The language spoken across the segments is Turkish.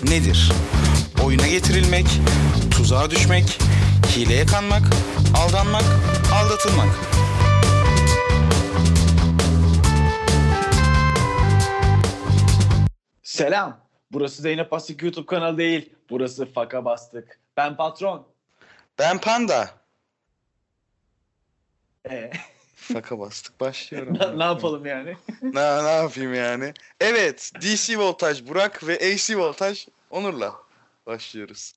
nedir? Oyuna getirilmek, tuzağa düşmek, hileye kanmak, aldanmak, aldatılmak. Selam. Burası Zeynep Bastık YouTube kanalı değil. Burası Faka Bastık. Ben patron. Ben Panda. Ee, Faka bastık, başlıyorum. ne yapalım yani? Ne yapayım yani? Evet, DC Voltaj Burak ve AC Voltaj Onur'la başlıyoruz.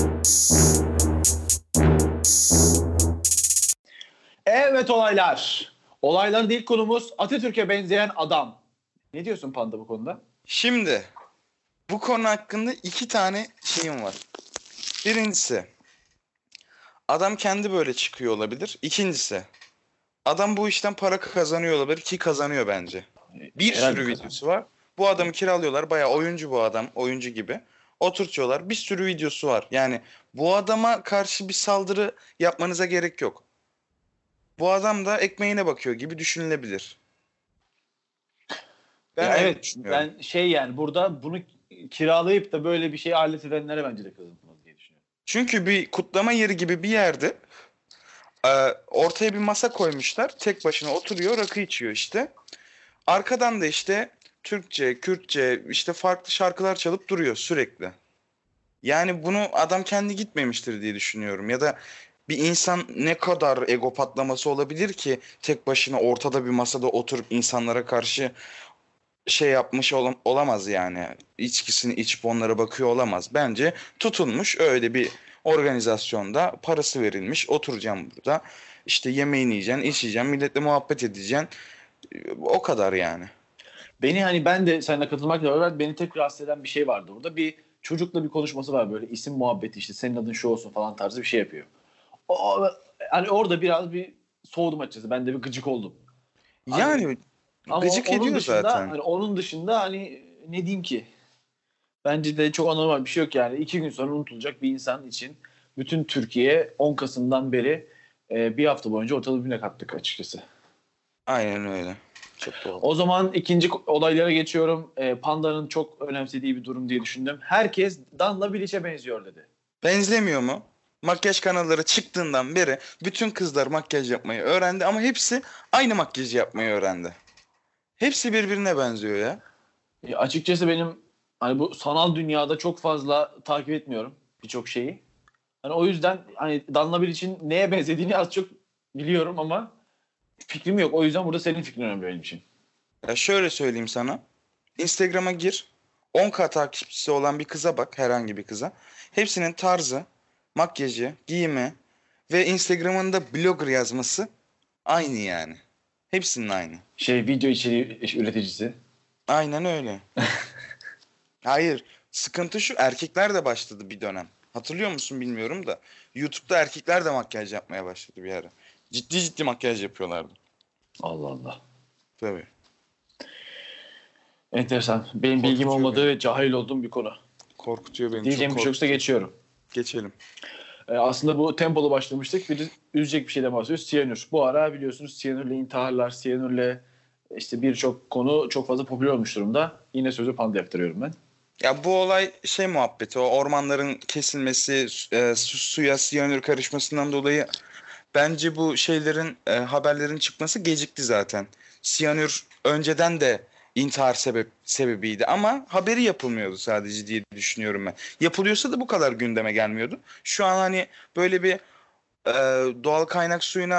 Evet olaylar. Olayların ilk konumuz Atatürk'e benzeyen adam. Ne diyorsun Panda bu konuda? Şimdi bu konu hakkında iki tane şeyim var. Birincisi, adam kendi böyle çıkıyor olabilir. İkincisi, adam bu işten para kazanıyor olabilir ki kazanıyor bence. Bir Herhalde sürü kazan. videosu var. Bu adamı kiralıyorlar. Bayağı oyuncu bu adam. Oyuncu gibi. Oturtuyorlar. Bir sürü videosu var. Yani bu adama karşı bir saldırı yapmanıza gerek yok. Bu adam da ekmeğine bakıyor gibi düşünülebilir. Ben Ya öyle evet, düşünüyorum. ben yani burada bunu kiralayıp da böyle bir şey alet edenlere bence de kazanılmaz diye düşünüyorum. Çünkü bir kutlama yeri gibi bir yerde ortaya bir masa koymuşlar. Tek başına oturuyor, rakı içiyor işte. Arkadan da işte Türkçe, Kürtçe işte farklı şarkılar çalıp duruyor sürekli. Yani bunu adam kendi gitmemiştir diye düşünüyorum. Ya da bir insan ne kadar ego patlaması olabilir ki tek başına ortada bir masada oturup insanlara karşı şey yapmış olamaz yani. İçkisini içip onlara bakıyor olamaz. Bence tutulmuş öyle bir organizasyonda parası verilmiş. Oturacağım burada. İşte yemeğini yiyeceksin, içeceksin, milletle muhabbet edeceksin. O kadar yani. Beni hani ben de seninle katılmakla beraber beni tek rahatsız eden bir şey vardı orada. Bir çocukla bir konuşması var böyle isim muhabbeti işte senin adın şu olsun falan tarzı bir şey yapıyor. Hani orada biraz bir soğudum açıkçası. Ben de bir gıcık oldum. Hani Yani ama gıcık onun ediyor dışında zaten. hani onun dışında hani ne diyeyim ki? Bence de çok anormal bir şey yok yani. 2 gün sonra unutulacak bir insan için bütün Türkiye 10 Kasım'dan beri bir hafta boyunca ortalığı birbirine kattık açıkçası. Aynen öyle. Çok doğru. O zaman ikinci olaylara geçiyorum. Panda'nın çok önemsediği bir durum diye düşündüm. Herkes Danla Bilic'e benziyor dedi. Benzemiyor mu? Makyaj kanalları çıktığından beri bütün kızlar makyaj yapmayı öğrendi ama hepsi aynı makyajı yapmayı öğrendi. Hepsi birbirine benziyor ya. Açıkçası benim hani bu sanal dünyada çok fazla takip etmiyorum birçok şeyi. Hani o yüzden hani Danla Bilic'in neye benzediğini az çok biliyorum ama fikrim yok. O yüzden burada senin fikrin önemli benim için. Ya şöyle söyleyeyim sana. Instagram'a gir. 10K takipçisi olan bir kıza bak, herhangi bir kıza. Hepsinin tarzı, makyajı, giyimi ve Instagram'ında blogger yazması aynı yani. Hepsinin aynı. Video içeriği üreticisi. Aynen öyle. Hayır, sıkıntı şu, erkekler de başladı bir dönem. Hatırlıyor musun bilmiyorum da. YouTube'da erkekler de makyaj yapmaya başladı bir ara. Ciddi ciddi makyaj yapıyorlardı. Allah Allah. Tabii. Enteresan. Benim bilgim Korkutuyor olmadığı beni. ve cahil olduğum bir konu. Korkutuyor beni. Çok Diyeceğim bir şey yoksa korkutuyor. geçiyorum. Geçelim. Aslında bu tempolu başlamıştık. Bir de üzecek bir şeyden bahsediyoruz. Siyanür. Bu ara biliyorsunuz siyanürle intiharlar, siyanürle işte birçok konu çok fazla popüler olmuş durumda. Yine sözü Panda'ya aktarıyorum ben. Ya bu olay şey muhabbeti, o ormanların kesilmesi, suya siyanür karışmasından dolayı bence bu şeylerin haberlerin çıkması gecikti zaten. Siyanür önceden de intihar sebebiydi ama haberi yapılmıyordu sadece diye düşünüyorum ben. Yapılıyorsa da bu kadar gündeme gelmiyordu. Şu an hani böyle bir e, doğal kaynak suyuna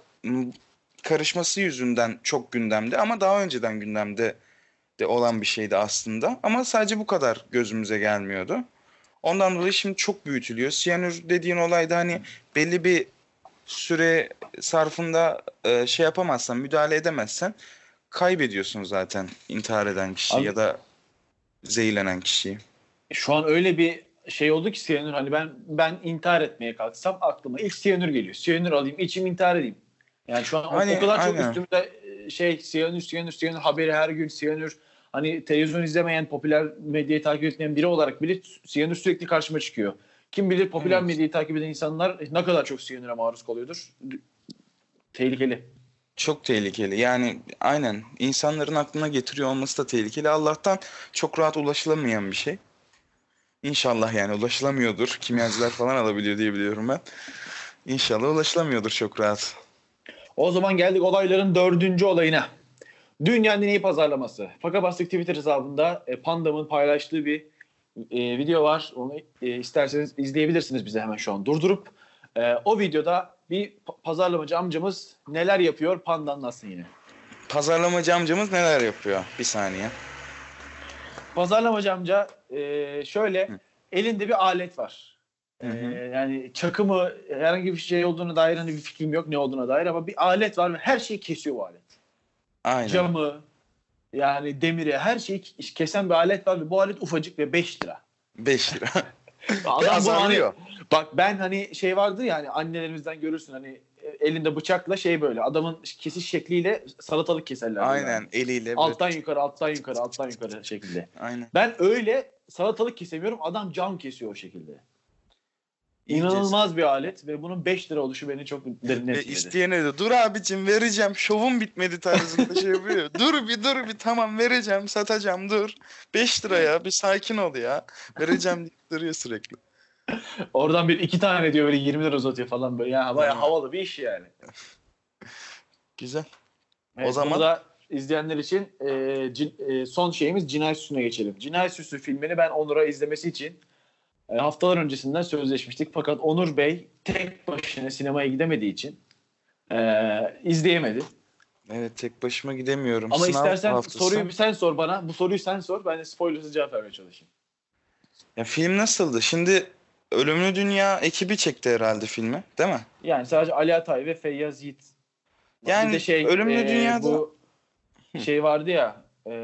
karışması yüzünden çok gündemde ama daha önceden gündemde de olan bir şeydi aslında. Ama sadece bu kadar gözümüze gelmiyordu. Ondan dolayı şimdi çok büyütülüyor. Siyanür dediğin olayda hani belli bir süre sarfında şey yapamazsan, müdahale edemezsen kaybediyorsun zaten intihar eden kişiyi Abi ya da zehirlenen kişiyi. şu an öyle bir şey oldu ki siyanür hani ben intihar etmeye kalksam aklıma ilk siyanür geliyor. Siyanür alayım, içim intihar edeyim. Yani şu an o Hani kadar çok aynen. üstümde siyanür haberi her gün siyanür. Hani televizyon izlemeyen, popüler medyayı takip etmeyen biri olarak bile siyanür sürekli karşıma çıkıyor. Kim bilir popüler Evet. medyayı takip eden insanlar ne kadar çok siyanüre maruz kalıyordur. Tehlikeli. Çok tehlikeli. Yani aynen insanların aklına getiriyor olması da tehlikeli. Allah'tan çok rahat ulaşılamayan bir şey. İnşallah yani ulaşılamıyordur. Kimyacılar falan alabiliyor diye biliyorum ben. İnşallah ulaşılamıyordur çok rahat. O zaman geldik olayların 4. olayına. Dünyanın en iyi pazarlaması. Fakabastık Twitter hesabında Pandam'ın paylaştığı bir video var. Onu isterseniz izleyebilirsiniz bize hemen şu an durdurup. O videoda bir pazarlamacı amcamız neler yapıyor Panda anlatsın yine. Pazarlamacı amcamız neler yapıyor? Bir saniye. Pazarlamacı amca şöyle Hı. elinde bir alet var. Hı hı. Yani çakı mı herhangi bir şey olduğuna dair hani bir fikrim yok ne olduğuna dair ama bir alet var ve her şeyi kesiyor bu alet. Aynen. Camı yani demiri her şeyi kesen bir alet var ve bu alet ufacık ve 5 lira. 5 lira. Ve Adam bu azarlıyor. bak ben hani şey vardır ya hani annelerimizden görürsün hani elinde bıçakla şey böyle adamın kesiş şekliyle salatalık keserler böyle. Aynen Yani. eliyle. Alttan yukarı alttan yukarı alttan yukarı şekilde. Aynen. Ben öyle salatalık kesemiyorum adam cam kesiyor o şekilde. İnanılmaz bir alet ve bunun 5 lira oluşu beni çok derinden Ve etkiledi. isteyene de dur abicim vereceğim şovum bitmedi tarzında şey yapıyor. dur bir tamam vereceğim satacağım dur. 5 lira ya bir sakin ol ya. Vereceğim deyip duruyor sürekli. Oradan bir iki tane diyor böyle 20 lira uzatıyor falan böyle. Yani bayağı Aynen. havalı bir iş yani. Güzel. Evet, O zaman bunu da izleyenler için son şeyimiz Cinayet Süsü'ne geçelim. Cinayet Süsü filmini ben Onur'a izlemesi için haftalar öncesinden sözleşmiştik. Fakat Onur Bey tek başına sinemaya gidemediği için izleyemedi. evet tek başıma gidemiyorum. Ama Sınav istersen haftası. soruyu bir sen sor bana. Bu soruyu sen sor. Ben de spoilersız cevap vermeye çalışayım. Ya film nasıldı? Şimdi Ölümlü Dünya ekibi çekti herhalde filmi, değil mi? Yani sadece Ali Atay ve Feyyaz Yiğit. Bir de Yani Ölümlü Dünya'da bu şey vardı ya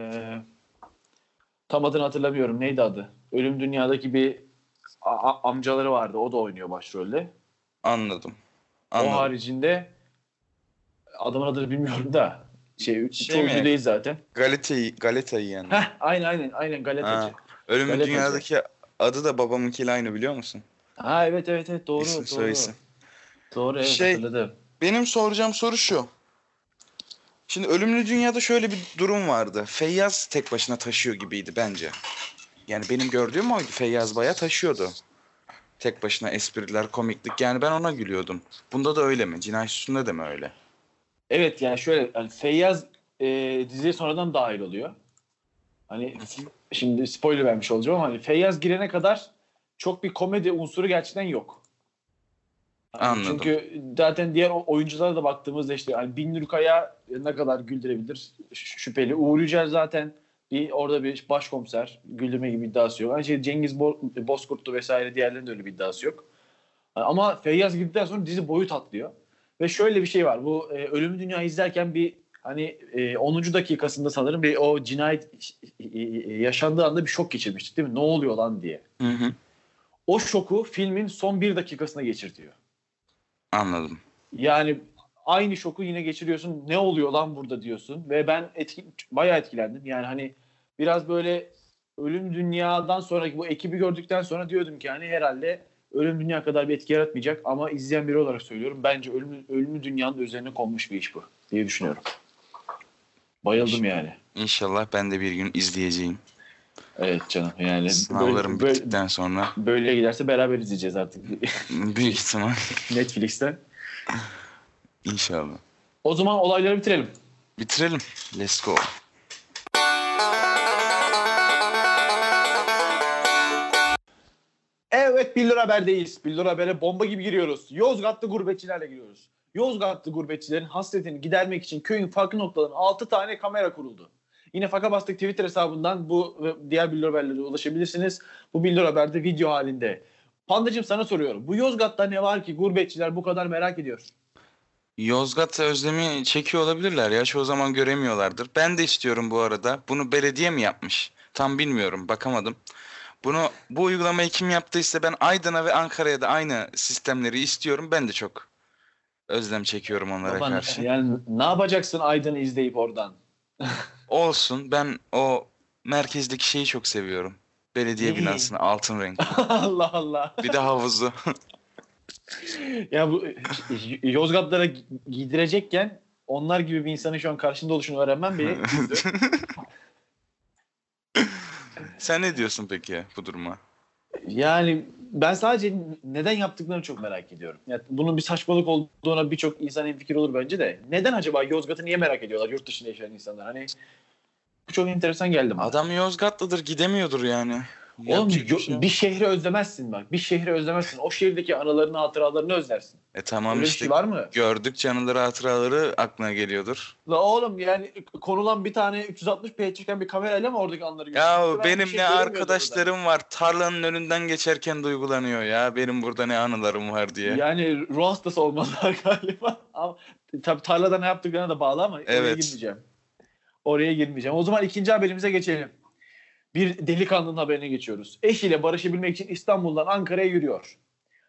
tam adını hatırlamıyorum. Neydi adı? Ölüm Dünya'daki bir amcaları vardı. O da oynuyor başrolde. anladım. O haricinde adamın adını bilmiyorum da Şey çoğuncu mi? değil zaten. Galeta'yı yani. Aynen Galetacı. Ha. Ölümlü Galetacı. Dünya'daki adı da babamınkiyle aynı biliyor musun? Ha evet doğru İsim doğru. soyisim. Doğru evet Şey, hatırladım. benim soracağım soru şu. Şimdi Ölümlü Dünya'da şöyle bir durum vardı. Feyyaz tek başına taşıyor gibiydi bence. Yani benim gördüğüm oydu. Feyyaz bayağı taşıyordu. Tek başına espriler, komiklik. Yani ben ona gülüyordum. Bunda da öyle mi? Cinayet Süsü'nde de mi öyle? Evet yani şöyle yani Feyyaz diziye sonradan dahil oluyor. Hani şimdi spoiler vermiş olacağım ama hani Feyyaz girene kadar çok bir komedi unsuru gerçekten yok. Hani Anladım. çünkü zaten diğer oyunculara da baktığımızda işte hani Binur Kaya ne kadar güldürebilir şüpheli. Uğur Yücel zaten orada bir başkomiser güldürme gibi iddiası yok. Aynı şey Cengiz Bozkurtlu vesaire diğerlerinin de öyle bir iddiası yok. Ama Feyyaz girdikten sonra dizi boyut atlıyor. Ve şöyle bir şey var. Bu Ölümü Dünya izlerken bir hani 10. dakikasında sanırım bir o cinayet yaşandığı anda bir şok geçirmiştik değil mi? Ne oluyor lan diye. Hı hı. O şoku filmin son 1 dakikasına geçirtiyor. Anladım. Yani aynı şoku yine geçiriyorsun. Ne oluyor lan burada diyorsun. Ve ben bayağı etkilendim. Yani hani biraz böyle Ölüm Dünya'dan sonraki bu ekibi gördükten sonra diyordum ki hani herhalde Ölüm Dünya kadar bir etki yaratmayacak ama izleyen biri olarak söylüyorum. Bence Ölümü Dünya'nın üzerine konmuş bir iş bu diye düşünüyorum. Bayıldım yani. İnşallah ben de bir gün izleyeceğim. Evet canım yani Sınavlarım bittikten sonra. Böyle giderse beraber izleyeceğiz artık. Büyük ihtimal. Netflix'ten. İnşallah. O zaman olayları bitirelim. Bitirelim. Let's go. Evet Billur Haber'deyiz. Billur Haber'e bomba gibi giriyoruz. Yozgatlı gurbetçilerle giriyoruz. Yozgatlı gurbetçilerin hasretini gidermek için köyün farklı noktalarına 6 tane kamera kuruldu. Yine Faka Bastık Twitter hesabından bu ve diğer Billur Haber'lere ulaşabilirsiniz. Bu Billur Haber'de video halinde. Pandacığım sana soruyorum. Bu Yozgat'ta ne var ki gurbetçiler bu kadar merak ediyor? Yozgat özlemi çekiyor olabilirler ya. Çoğu zaman göremiyorlardır. Ben de istiyorum bu arada. Bunu belediye mi yapmış? Tam bilmiyorum. Bakamadım. Bu uygulamayı kim yaptıysa ben Aydın'a ve Ankara'ya da aynı sistemleri istiyorum. Ben de çok özlem çekiyorum onlara Baba karşı. yani ne yapacaksın Aydın'ı izleyip oradan? Olsun. Ben o merkezdeki şeyi çok seviyorum. Belediye Neyi? binasını altın renk. Allah Allah. Bir de havuzu. Ya bu Yozgatlara giydirecekken onlar gibi bir insanın şu an karşında oluşunu öğrenmem beni üzdü. Sen ne diyorsun peki bu duruma? Yani ben sadece neden yaptıklarını çok merak ediyorum. Yani bunun bir saçmalık olduğuna birçok insan hemfikir olur bence de. Neden acaba Yozgat'ı niye merak ediyorlar yurt dışında yaşayan insanlar? Hani bu çok enteresan geldi bana. Adam Yozgatlıdır, gidemiyordur yani. Oğlum Yapacak bir şey yok. bir şehri özlemezsin bak. Bir şehri özlemezsin. O şehirdeki anılarını, hatıralarını özlersin. Tamam Öyle bir işte, şey var mı? gördükçe anıları hatıraları aklına geliyordur. La oğlum yani konulan bir tane 360p çeken bir kamerayla mı oradaki anları görüyorsun? Ya Ben bir benim şey ne görünmüyordu orada. arkadaşlarım var, tarlanın önünden geçerken duygulanıyor ya. Benim burada ne anılarım var diye. Yani ruh hastası olmalılar galiba. Ama tabii tarlada ne yaptıklarına da bağlı ama oraya Evet. girmeyeceğim. Oraya girmeyeceğim. O zaman ikinci haberimize geçelim. Bir delikanlının haberine geçiyoruz. Eşiyle barışabilmek için İstanbul'dan Ankara'ya yürüyor.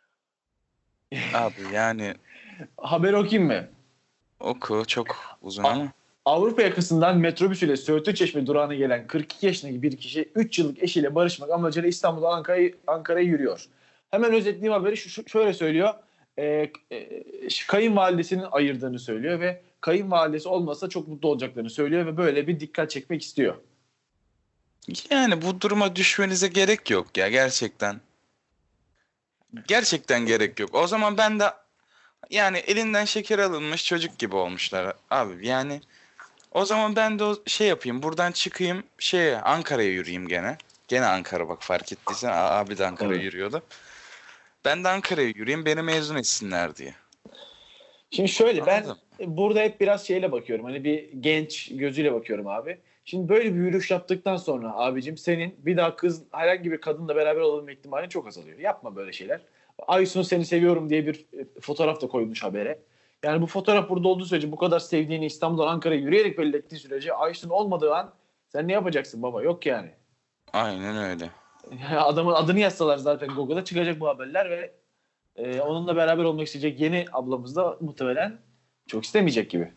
Abi yani Haber okuyayım mı? oku, çok uzun A- ama. Avrupa yakasından metrobüs ile Söğütlüçeşme durağına gelen 42 yaşındaki bir kişi 3 yıllık eşiyle barışmak amacıyla İstanbul'dan Ankara'ya yürüyor. Hemen özetleyeyim haberi şöyle söylüyor. Kayınvalidesinin ayırdığını söylüyor ve kayınvalidesi olmasa çok mutlu olacaklarını söylüyor ve böyle bir dikkat çekmek istiyor. Yani bu duruma düşmenize gerek yok ya, gerçekten. Gerçekten gerek yok. O zaman ben de yani elinden şeker alınmış çocuk gibi olmuşlar abi. Yani o zaman ben de o şey yapayım. Buradan çıkayım Ankara'ya yürüyeyim gene. Gene Ankara, bak fark ettiysen abi de Ankara'ya Evet. yürüyordu. Ben de Ankara'ya yürüyeyim, beni mezun etsinler diye. Şimdi şöyle ben Anladım. burada hep biraz şeyle bakıyorum. Hani bir genç gözüyle bakıyorum abi. Şimdi böyle bir yürüyüş yaptıktan sonra abicim senin bir daha herhangi bir kadınla beraber olabilme ihtimalin çok azalıyor. Yapma böyle şeyler. Aysun seni seviyorum diye bir fotoğraf da koymuş habere. Yani bu fotoğraf burada olduğu sürece bu kadar sevdiğini İstanbul'dan Ankara'ya yürüyerek belli ettiği sürece Aysun olmadığı an sen ne yapacaksın baba? Yok yani. Aynen öyle. Adamın adını yazsalar zaten Google'a çıkacak bu haberler ve onunla beraber olmak isteyecek yeni ablamız da muhtemelen çok istemeyecek gibi.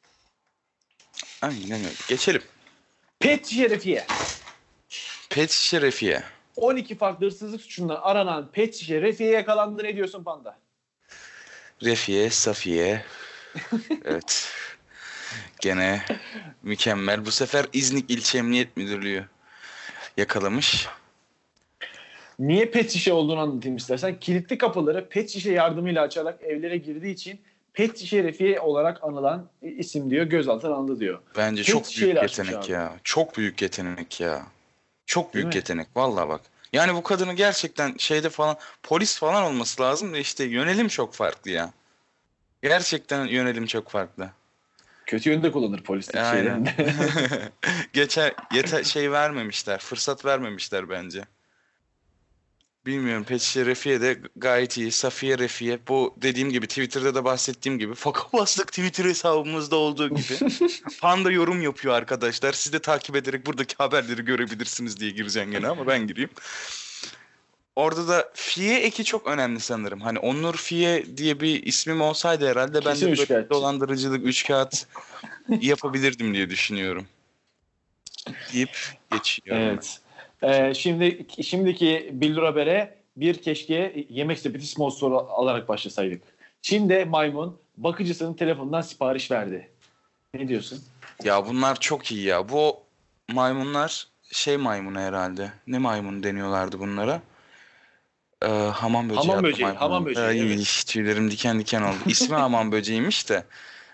Aynen öyle. Geçelim. Pet Şerefiye. Pet Şerefiye. 12 farklı hırsızlık suçundan aranan Pet Şerefiye yakalandı. Ne diyorsun Panda? Refiye, Safiye. Evet. Gene mükemmel. Bu sefer İznik İlçe Emniyet Müdürlüğü yakalamış. Niye pet şişe olduğunu anlatayım istersen. Kilitli kapıları pet şişe yardımıyla açarak evlere girdiği için Pet Şerefiye olarak anılan isim diyor. Gözaltına alındı diyor. Bence Pet çok şişeyle büyük açmış yetenek abi. ya. Çok büyük yetenek ya. Çok Değil büyük mi? yetenek vallahi bak. Yani bu kadını gerçekten şeyde falan, polis falan olması lazım da işte yönelim çok farklı ya. Gerçekten yönelim çok farklı. Kötü yönde kullanır polislik Aynen. şeylerinde. Şey vermemişler. Fırsat vermemişler bence. Bilmiyorum. Petişe Refiye de gayet iyi. Safiye Refiye. Bu dediğim gibi Twitter'da da bahsettiğim gibi. Faka bastık Twitter hesabımızda olduğu gibi. Panda yorum yapıyor arkadaşlar. Siz de takip ederek buradaki haberleri görebilirsiniz diye gireceğim gene ama ben gireyim. Orada da Fiye eki çok önemli sanırım. Hani Onur Fiye diye bir ismim olsaydı herhalde ben Kesin de böyle üçkağıtçı. dolandırıcılık, üçkağıt yapabilirdim diye düşünüyorum. Deyip geçiyorum ben. Evet. Şimdiki Billur Haber'e bir keşke yemek sepeti sponsoru alarak başlasaydık. Çin'de maymun bakıcısının telefonundan sipariş verdi. Ne diyorsun? Ya bunlar çok iyi ya. Bu maymunlar şey maymunu herhalde. Ne maymun deniyorlardı bunlara? Hamam böceği Hamam adlı böceği, hamam maymun. böceği evet. Tüylerim diken diken oldu. İsmi hamam böceğiymiş de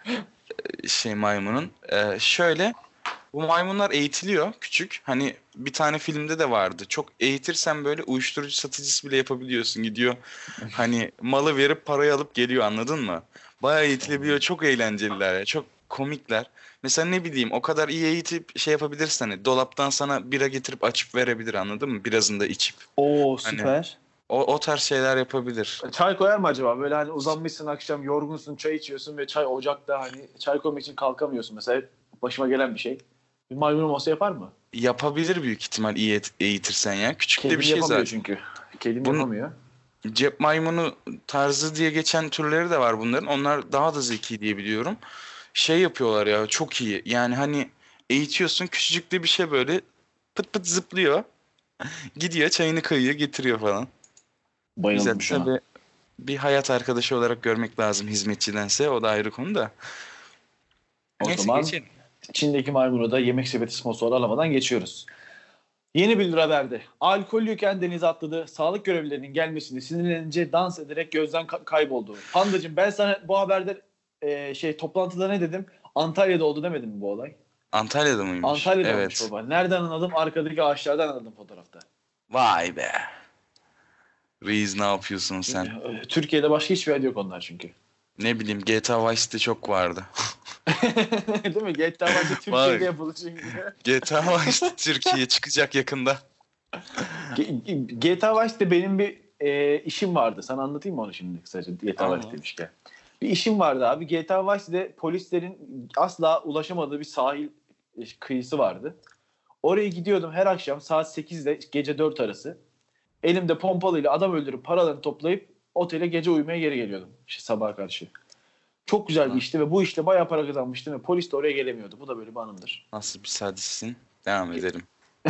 şey maymunun. Şöyle bu maymunlar eğitiliyor küçük. Hani bir tane filmde de vardı. Çok eğitirsen böyle uyuşturucu satıcısı bile yapabiliyorsun. Gidiyor hani malı verip parayı alıp geliyor, anladın mı? Bayağı eğitilebiliyor. Çok eğlenceliler ya. Çok komikler. Mesela ne bileyim, o kadar iyi eğitip şey yapabilirsin, hani dolaptan sana bira getirip açıp verebilir, anladın mı? Birazını da içip. Oo Hani süper. o tarz şeyler yapabilir. Çay koyar mı acaba? Böyle hani uzanmışsın akşam yorgunsun çay içiyorsun ve çay ocakta hani çay koymak için kalkamıyorsun. Mesela başıma gelen bir şey. Bir maymunum olsa yapar mı? Yapabilir büyük ihtimal, iyi eğitirsen ya. Küçük de bir Kedim şey yapamıyor zaten. çünkü. Kedim Bunun yapamıyor. cep maymunu tarzı diye geçen türleri de var bunların. Onlar daha da zeki diye biliyorum. Şey yapıyorlar ya, çok iyi. Yani hani eğitiyorsun, küçücük de bir şey böyle pıt pıt zıplıyor. Gidiyor çayını kayıyor getiriyor falan. Güzel. Bayıldım şu an. Tabii bir hayat arkadaşı olarak görmek lazım hizmetçidense, o da ayrı konu da. O Neyse zaman geçelim. Çin'deki maymunu da yemek sepeti sponsoru alamadan geçiyoruz. Yeni bir haberde. Alkollüyken denize atladı. Sağlık görevlilerinin gelmesini sinirlenince dans ederek gözden kayboldu. Pandacığım, ben sana bu haberde toplantıda ne dedim? Antalya'da oldu demedim mi bu olay? Antalya'da mıymış? Antalya'da olmuş Evet. baba. Nereden anladım? Arkadaki ağaçlardan anladım fotoğrafta. Vay be. Reis ne yapıyorsun sen? Türkiye'de başka hiçbir yer yok onlar çünkü. Ne bileyim, GTA Vice City'de çok vardı. Değil mi? GTA bence Türkiye'de yapılır çünkü. GTA Vice City Türkiye çıkacak yakında. GTA Vice'de benim bir işim vardı. Sana anlatayım mı onu şimdi kısaca, GTA Vice demişken. Bir işim vardı abi. GTA Vice'de polislerin asla ulaşamadığı bir sahil kıyısı vardı. Oraya gidiyordum her akşam saat 8 ile gece 4 arası. Elimde pompalıyla adam öldürüp paralarını toplayıp otele gece uyumaya geri geliyordum. İşte sabaha karşı. Çok güzel bir işti ve bu işte bayağı para kazanmıştım ve polis de oraya gelemiyordu. Bu da böyle bir anımdır. Nasıl bir sadistsin? Devam edelim.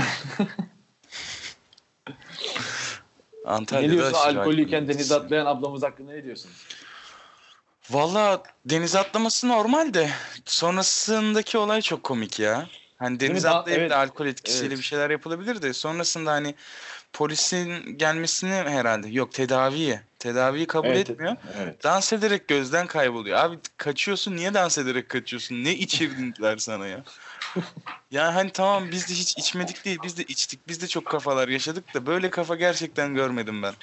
Antalya'da Ne diyorsun aşırı alkollüyken alkollüyüz. denize atlayan ablamız hakkında ne diyorsun? Valla denize atlaması normal de sonrasındaki olay çok komik ya. Hani Değil mi? denize atlayıp Evet. da alkol etkisiyle Evet. bir şeyler yapılabilir de sonrasında hani polisin gelmesini herhalde yok, tedaviyi kabul Evet. etmiyor. Evet. Dans ederek gözden kayboluyor. Abi kaçıyorsun, niye dans ederek kaçıyorsun? Ne içirdiler sana ya? Ya hani tamam, biz de hiç içmedik değil, biz de içtik. Biz de çok kafalar yaşadık da böyle kafa gerçekten görmedim ben.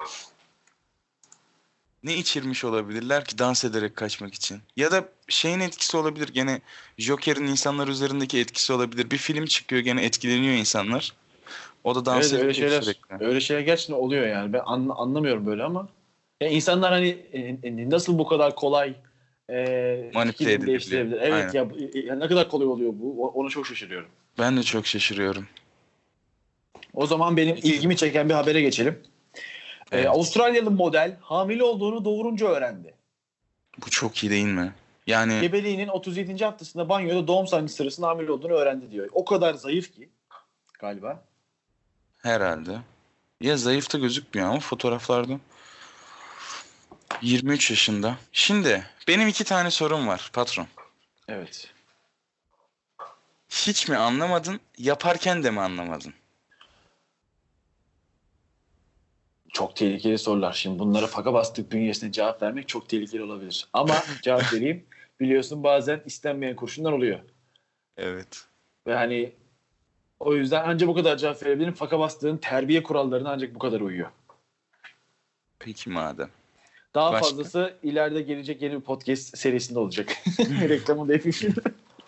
Ne içirmiş olabilirler ki dans ederek kaçmak için? Ya da şeyin etkisi olabilir, gene Joker'in insanlar üzerindeki etkisi olabilir. Bir film çıkıyor, gene etkileniyor insanlar. O da dans Evet, öyle ediyor şeyler sürekli. öyle şeyler gerçekten oluyor yani. Ben anlamıyorum böyle ama ya insanlar hani nasıl bu kadar kolay Manipüle fikrini edilebiliyor. değiştirebilir? Evet Aynen. ya, ya ne kadar kolay oluyor bu? Ona çok şaşırıyorum. Ben de çok şaşırıyorum. O zaman benim Peki. ilgimi çeken bir habere geçelim. Evet. Avustralyalı model hamile olduğunu doğurunca öğrendi. Bu çok iyi değil mi? Yani Gebeliğinin 37. haftasında banyoda doğum sancısı sırasında hamile olduğunu öğrendi diyor. O kadar zayıf ki galiba. herhalde. Ya zayıf da gözükmüyor ama fotoğraflarda. 23 yaşında. Şimdi benim 2 tane sorum var patron. Evet. Hiç mi anlamadın, yaparken de mi anlamadın? Çok tehlikeli sorular. Şimdi bunlara faka bastık bünyesine cevap vermek çok tehlikeli olabilir. Ama cevap vereyim. Biliyorsun bazen istenmeyen kurşunlar oluyor. Evet. Ve hani o yüzden ancak bu kadar cevap verebilirim. Faka bastığın terbiye kurallarına ancak bu kadar uyuyor. Peki madem. Daha Başka? fazlası ileride gelecek yeni bir podcast serisinde olacak. Reklamını da yapayım şimdi.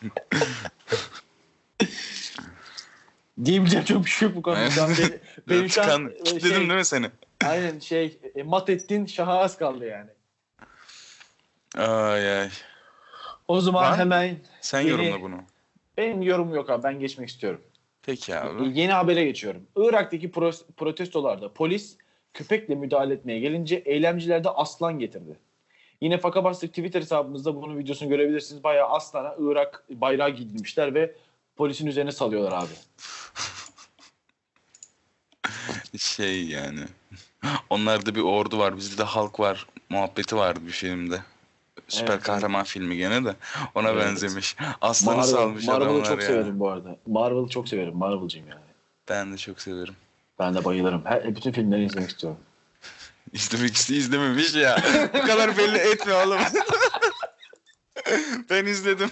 Diyebileceğim çok bir şey yok bu konuda. Şu an benim şu an Kitledim değil mi seni? aynen mat ettin şaha az kaldı yani. Ay ay. O zaman Var mı? hemen Sen yeni- yorumla bunu. benim yorum yok abi, ben geçmek istiyorum. Peki abi. Yeni habere geçiyorum. Irak'taki protestolarda polis köpekle müdahale etmeye gelince eylemciler de aslan getirdi. Yine Faka Bastık Twitter hesabımızda bunun videosunu görebilirsiniz. Bayağı aslana Irak bayrağı giydirmişler ve polisin üzerine salıyorlar abi. Şey yani. Onlarda bir ordu var, bizde de halk var muhabbeti vardı bir filmde. Süper Evet, kahraman filmi gene de ona Evet. benzemiş. Aslanı salmış Marvel'ı adamlar çok ya. severim bu arada. Marvel'ı çok severim. Marvel'cıyım yani. Ben de çok severim. Ben de bayılırım. Bütün filmleri izlemek istiyorum. İzlememiş ya. Bu kadar belli etme oğlum. Ben izledim.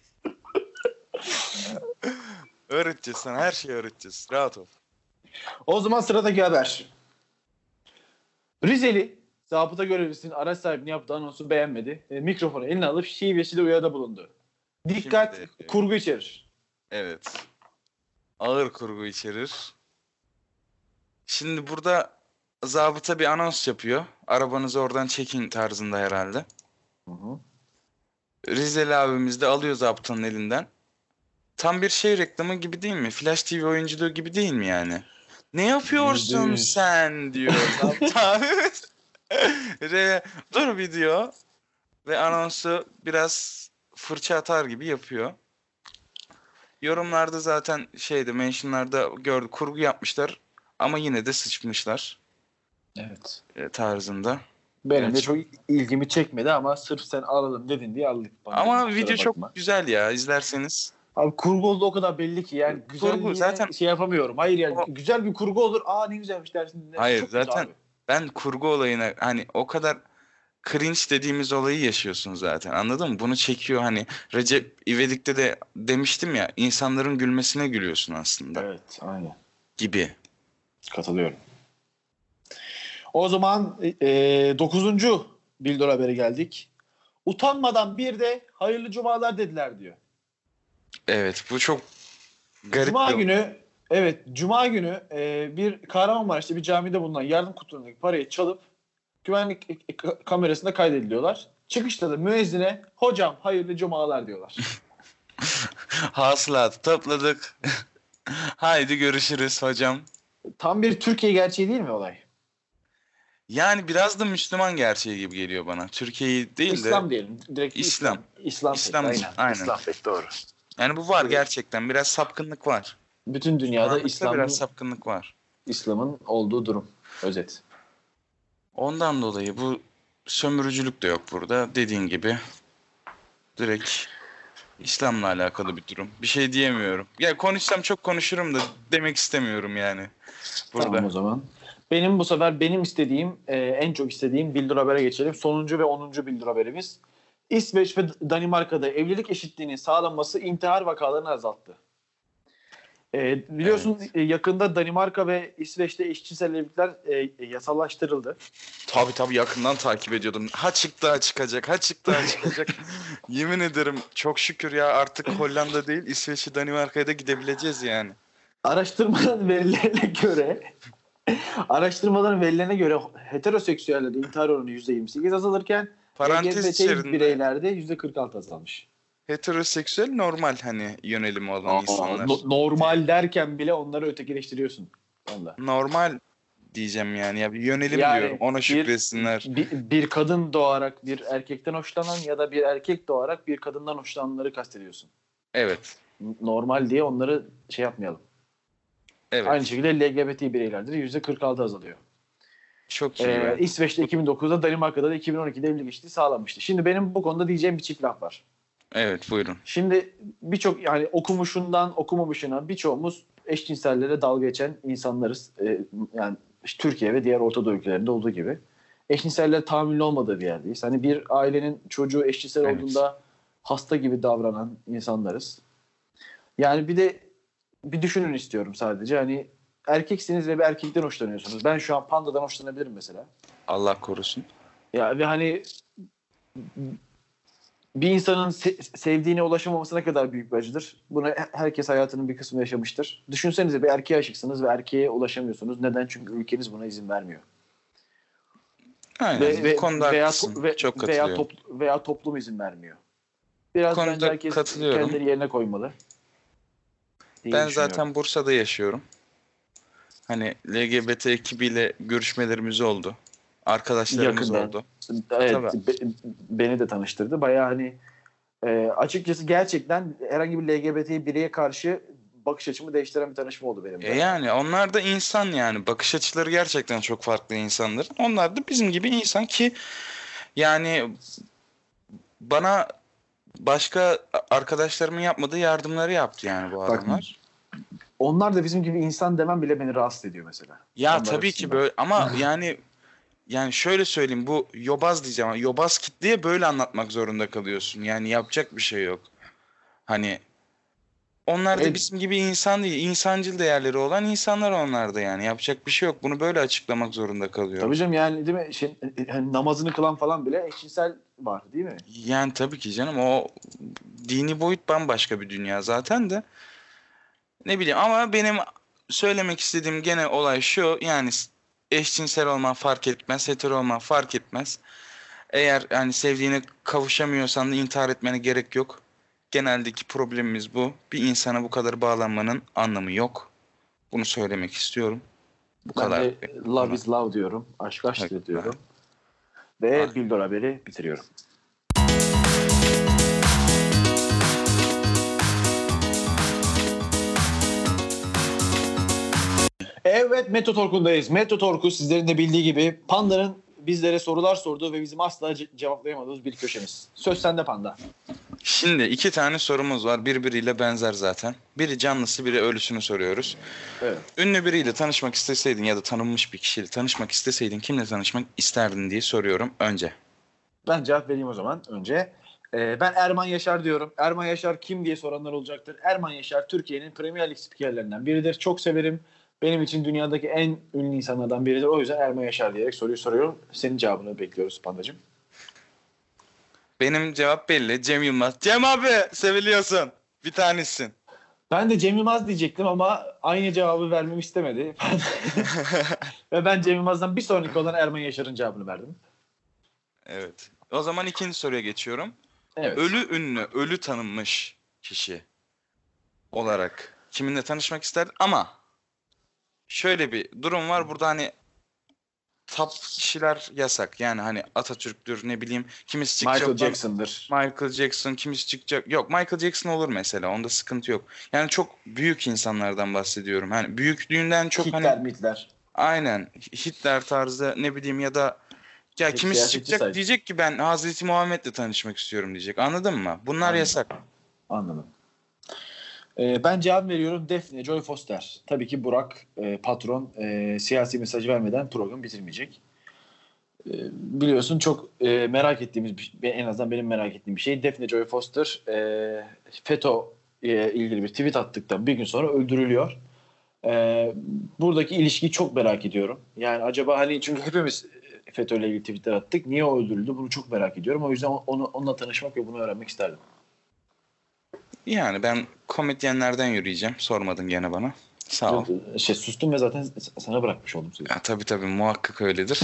Öğreteceğiz sana, her şeyi öğreteceğiz. Rahat ol. O zaman sıradaki haber. Rizeli zabıta görevlisinin araç sahibini yaptığı anonsu beğenmedi. Mikrofonu eline alıp şivesiyle uyarıda bulundu. Dikkat, Şimdi kurgu içerir. evet. Ağır kurgu içerir. Şimdi burada zabıta bir anons yapıyor. Arabanızı oradan çekin tarzında herhalde. Hı hı. Rizeli abimiz de alıyor zabıtanın elinden. Tam bir şey reklamı gibi değil mi? Flash TV oyunculuğu gibi değil mi yani? Ne yapıyorsun %100. sen diyor zabıta abimiz. Dur bir diyor. Ve anonsu biraz fırça atar gibi yapıyor. Yorumlarda zaten mentionlarda gördük, kurgu yapmışlar ama yine de sıçmışlar Evet. tarzında. Benim Evet. de çok ilgimi çekmedi ama sırf sen alalım dedin diye aldık. Ama Kusura video bakma. çok güzel ya, izlerseniz. Abi kurgu oldu o kadar belli ki yani güzel zaten şey yapamıyorum. Hayır yani o, güzel bir kurgu olur. Aa ne güzelmiş dersin. hayır Çok kötü zaten abi. ben kurgu olayına hani o kadar cringe dediğimiz olayı yaşıyorsun zaten. Anladın mı? Bunu çekiyor hani Recep İvedik'te de demiştim ya, insanların gülmesine gülüyorsun aslında Evet, aynen. gibi. Katılıyorum. O zaman 9. Bildor haberi geldik. Utanmadan bir de hayırlı cumalar dediler diyor. Evet, bu çok garip Cuma bir günü evet Cuma günü bir Kahramanmaraş'ta bir camide bulunan yardım kutularındaki parayı çalıp güvenlik kamerasında kaydediliyorlar. Çıkışta da müezzine hocam hayırlı cumalar diyorlar. hasılat topladık. Haydi görüşürüz hocam. Tam bir Türkiye gerçeği değil mi olay? Yani biraz da Müslüman gerçeği gibi geliyor bana. Türkiye'yi değil de İslam diyelim. Direkt İslam. İslam pek, İslam, aynen. aynen. İslam pek doğru. Yani bu var Evet. gerçekten. Biraz sapkınlık var. Bütün dünyada Müslümanlıkta biraz sapkınlık var. İslam'ın olduğu durum. Özet. Ondan dolayı bu sömürücülük de yok burada. Dediğin gibi direkt İslam'la alakalı bir durum. Bir şey diyemiyorum. Ya konuşsam çok konuşurum da demek istemiyorum yani burada. Tamam o zaman. Benim bu sefer istediğim, en çok istediğim Bildur Haber'e geçelim. Sonuncu ve 10. Bildur Haberimiz. İsveç ve Danimarka'da evlilik eşitliğinin sağlanması intihar vakalarını azalttı. Biliyorsun Evet. yakında Danimarka ve İsveç'te eşcinsel evlilikler yasallaştırıldı. Tabii yakından takip ediyordum. Ha çıktı ha çıkacak, ha çıktı ha çıkacak. Yemin ederim çok şükür ya, artık Hollanda değil İsveç'e, Danimarka'ya da gidebileceğiz yani. Araştırmaların verilerine göre heteroseksüellerde intihar oranı %28 azalırken Parantez LGBT içerisinde bireylerde %46 azalmış. heteroseksüel normal hani yönelimi olan insanlar. Normal derken bile onları ötekileştiriyorsun. Onda. Normal diyeceğim yani. Ya bir yönelim Yani diyorum. Ona şükretsinler. bir kadın doğarak bir erkekten hoşlanan ya da bir erkek doğarak bir kadından hoşlananları kastediyorsun. Evet. Normal diye onları şey yapmayalım. Evet. Aynı şekilde LGBT bireylerde de %46 azalıyor. Çok iyi be. İsveç'te 2009'da, Danimarka'da da 2012'de evlilik eşitliği sağlanmıştı. Şimdi benim bu konuda diyeceğim bir çift laf var. Evet, buyurun. Şimdi birçok yani okumuşundan okumamışına birçoğumuz eşcinsellere dalga geçen insanlarız. Yani işte Türkiye ve diğer Orta Doğu ülkelerinde olduğu gibi. Eşcinseller tahammülün olmadığı bir yerdeyiz. Hani bir ailenin çocuğu eşcinsel Evet. olduğunda hasta gibi davranan insanlarız. Yani bir de bir düşünün istiyorum sadece. Hani erkeksiniz ve bir erkekten hoşlanıyorsunuz. Ben şu an pandadan hoşlanabilirim mesela. Allah korusun. Ya ve hani bir insanın sevdiğine ulaşamaması ne kadar büyük bir acıdır. Bunu herkes hayatının bir kısmı yaşamıştır. Düşünsenize bir erkeğe aşıksınız ve erkeğe ulaşamıyorsunuz. Neden? Çünkü ülkeniz buna izin vermiyor. Aynen. Bu konuda haklısın. Çok katılıyorum. Veya toplum izin vermiyor. Biraz Bu bence konuda herkes katılıyorum. kendileri yerine koymalı diye Ben düşünüyorum. zaten Bursa'da yaşıyorum. Hani LGBT ekibiyle görüşmelerimiz oldu. Arkadaşlarımız Yakından. oldu. Evet, Tabii. beni de tanıştırdı. Bayağı hani açıkçası gerçekten herhangi bir LGBT bireye karşı bakış açımı değiştiren bir tanışma oldu benim de. Yani onlar da insan yani. Bakış açıları gerçekten çok farklı insanlar. Onlar da bizim gibi insan ki yani bana başka arkadaşlarımın yapmadığı yardımları yaptı yani bu adamlar. Onlar da bizim gibi insan demem bile beni rahatsız ediyor mesela. Ya Onlar tabii açısından. ki böyle ama yani şöyle söyleyeyim, bu yobaz diyeceğim ama yobaz kitleye böyle anlatmak zorunda kalıyorsun. Yani yapacak bir şey yok. Hani onlar da Evet. bizim gibi insan değil. İnsancıl değerleri olan insanlar onlar da yani. Yapacak bir şey yok. Bunu böyle açıklamak zorunda kalıyorum. Tabii canım yani değil mi? Hani namazını kılan falan bile eşcinsel var değil mi? Yani tabii ki canım, o dini boyut bambaşka bir dünya zaten de. Ne bileyim ama benim söylemek istediğim gene olay şu. Yani eşcinsel olman fark etmez. Hetero olman fark etmez. Eğer yani sevdiğine kavuşamıyorsan da intihar etmene gerek yok. Geneldeki problemimiz bu. Bir insana bu kadar bağlanmanın anlamı yok. Bunu söylemek istiyorum. Bu Ben kadar. de love is love diyorum. Aşk aşktır diyorum. Ve Bildor haberi bitiriyorum. Evet, Metro Talk'undayız. Metro Talk'u sizlerin de bildiği gibi Panda'nın bizlere sorular sorduğu ve bizim asla cevaplayamadığımız bir köşemiz. Söz sende Panda. Şimdi 2 tane sorumuz var. Birbiriyle benzer zaten. Biri canlısı, biri ölüsünü soruyoruz. Evet. Ünlü biriyle tanışmak isteseydin ya da tanınmış bir kişiyle tanışmak isteseydin kimle tanışmak isterdin diye soruyorum önce. Ben cevap vereyim o zaman önce. Ben Erman Yaşar diyorum. Erman Yaşar kim diye soranlar olacaktır. Erman Yaşar Türkiye'nin Premier Lig spikerlerinden biridir. Çok severim. Benim için dünyadaki en ünlü insanlardan biridir. O yüzden Erman Yaşar diyerek soruyu soruyorum. Senin cevabını bekliyoruz Pandacığım. Benim cevap belli. Cem Yılmaz. Cem abi seviliyorsun. Bir tanesin. Ben de Cem Yılmaz diyecektim ama aynı cevabı vermemi istemedi. Ve ben Cem Yılmaz'dan bir sonraki olan Erman Yaşar'ın cevabını verdim. Evet. O zaman ikinci soruya geçiyorum. Evet. Ölü ünlü, ölü tanınmış kişi olarak kiminle tanışmak isterdin? Ama şöyle bir durum var. Burada hani top kişiler yasak. Yani hani Atatürk'tür, ne bileyim, kimisi çıkacak. Michael Jackson'dır. Michael Jackson, kimisi çıkacak. Yok, Michael Jackson olur mesela. Onda sıkıntı yok. Yani çok büyük insanlardan bahsediyorum. Hani büyüklüğünden çok Hitler, hani Hitler. aynen Hitler tarzı, ne bileyim, ya da ya Hep kimisi siyasetçi çıkacak sayılır. diyecek ki ben Hazreti Muhammed'le tanışmak istiyorum diyecek. Anladın mı? Bunlar Anladım. yasak. Anladım. Ben cevap veriyorum. Defne Joy Foster. Tabii ki Burak patron siyasi mesaj vermeden programı bitirmeyecek. Biliyorsun çok merak ettiğimiz en azından benim merak ettiğim bir şey. Defne Joy Foster FETÖ ilgili bir tweet attıktan bir gün sonra öldürülüyor. Buradaki ilişkiyi çok merak ediyorum. Yani acaba hani çünkü hepimiz FETÖ ile ilgili tweetler attık. Niye o öldürüldü? Bunu çok merak ediyorum. O yüzden onunla tanışmak ve bunu öğrenmek isterdim. Yani ben komedyenlerden yürüyeceğim. Sormadın gene bana. Sağ ol. Sustum ve zaten sana bırakmış oldum sözü. Ya, tabii muhakkak öyledir.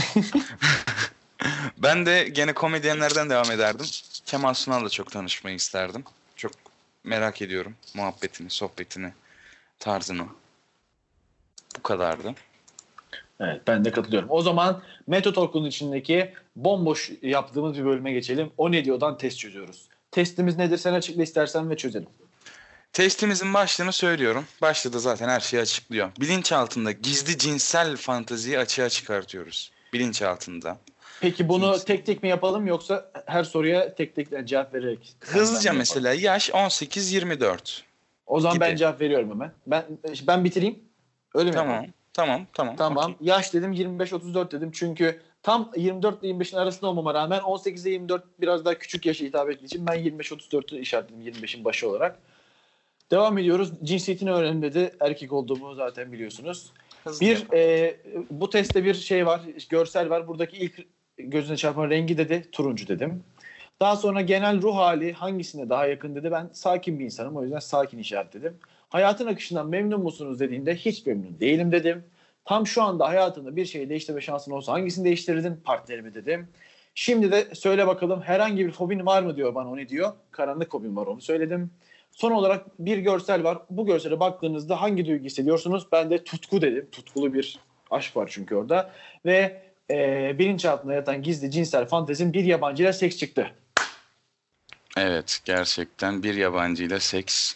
Ben de gene komedyenlerden devam ederdim. Kemal Sunal'la çok tanışmayı isterdim. Çok merak ediyorum muhabbetini, sohbetini, tarzını. Bu kadardı. Evet, ben de katılıyorum. O zaman Metot Talk'un içindeki bomboş yaptığımız bir bölüme geçelim. O ne diyordan test çözüyoruz. Testimiz nedir? Sen açıkla istersen ve çözelim. Testimizin başlığını söylüyorum. Başta da zaten her şeyi açıklıyor. Bilinçaltında gizli cinsel fanteziyi açığa çıkartıyoruz. Bilinçaltında. Peki bunu tek tek mi yapalım yoksa her soruya tek tek cevap vererek? Hızlıca mesela yaş 18-24. O zaman gibi. ben cevap veriyorum hemen. Ben bitireyim. Öyle mi yapalım? Tamam. Tamam. Okay. Yaş dedim 25-34 dedim. Çünkü tam 24 ile 25'in arasında olmama rağmen 18 ile 24 biraz daha küçük yaşa hitap ettiği için ben 25-34'ü işaretledim 25'in başı olarak. Devam ediyoruz. Cinsiyetini öğrenelim dedi. Erkek olduğumu zaten biliyorsunuz. Bu testte bir şey var. Görsel var. Buradaki ilk gözüne çarpan rengi dedi. Turuncu dedim. Daha sonra genel ruh hali hangisine daha yakın dedi. Ben sakin bir insanım. O yüzden sakin işaretledim. Hayatın akışından memnun musunuz dediğinde hiç memnun değilim dedim. Tam şu anda hayatında bir şeyi değiştirme şansın olsa hangisini değiştirirdin? Partnerimi dedim. Şimdi de söyle bakalım herhangi bir fobin var mı diyor bana, o ne diyor? Karanlık fobim var, onu söyledim. Son olarak bir görsel var. Bu görsele baktığınızda hangi duygu hissediyorsunuz? Ben de tutku dedim. Tutkulu bir aşk var çünkü orada. Ve bilinçaltında yatan gizli cinsel fantezin bir yabancıyla seks çıktı. Evet, gerçekten bir yabancıyla seks.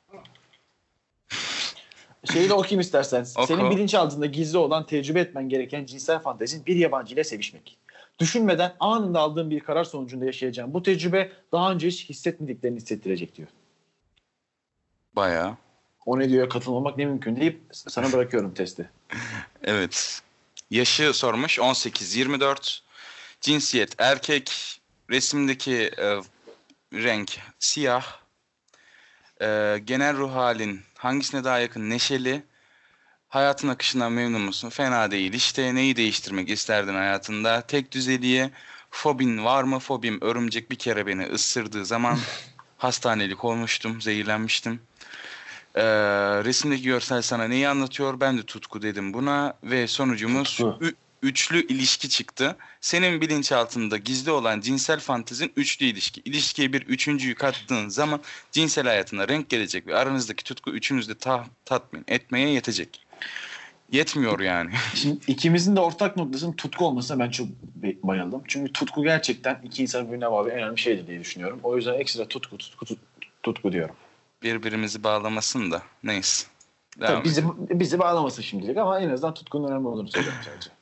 Şeyi de okuyayım istersen. Oku. Senin bilinçaltında gizli olan, tecrübe etmen gereken cinsel fantezin bir yabancıyla sevişmek. Düşünmeden anında aldığın bir karar sonucunda yaşayacağın bu tecrübe daha önce hiç hissetmediklerini hissettirecek diyor. Bayağı. O ne diyor, katılmamak ne mümkün deyip sana bırakıyorum testi. Evet. Yaşı sormuş 18-24. Cinsiyet erkek. Resimdeki renk siyah. Genel ruh halin hangisine daha yakın? Neşeli. Hayatın akışından memnun musun? Fena değil. İşte neyi değiştirmek isterdin hayatında? Tek düzeliğe. Fobin var mı? Fobim örümcek bir kere beni ısırdığı zaman hastanelik olmuştum. Zehirlenmiştim. Resimdeki görsel sana neyi anlatıyor? Ben de tutku dedim buna ve sonucumuz üçlü ilişki çıktı. Senin bilinçaltında gizli olan cinsel fantezin üçlü ilişki. İlişkiye bir üçüncüyü kattığın zaman cinsel hayatına renk gelecek ve aranızdaki tutku üçünüzü de tatmin etmeye yetecek. Yetmiyor yani. Şimdi ikimizin de ortak noktasının tutku olmasına ben çok bayıldım. Çünkü tutku gerçekten iki insanın birbirine bağlı en önemli şeydir diye düşünüyorum. O yüzden ekstra tutku diyorum. Birbirimizi bağlamasın da neyse. Tabii bizi bağlamasın şimdilik ama en azından tutkunun önemli olduğunu söylüyorum sadece.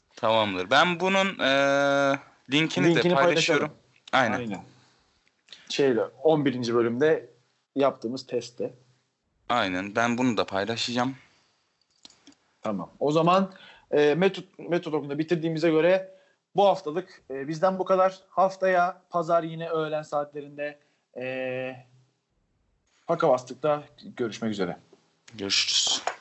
Tamamdır. Ben bunun linkini de paylaşıyorum. Aynen. 11. bölümde yaptığımız testte. Aynen. Ben bunu da paylaşacağım. Tamam. O zaman metot okulunu bitirdiğimize göre bu haftalık bizden bu kadar. Haftaya pazar yine öğlen saatlerinde Pakavastık'ta görüşmek üzere. Görüşürüz.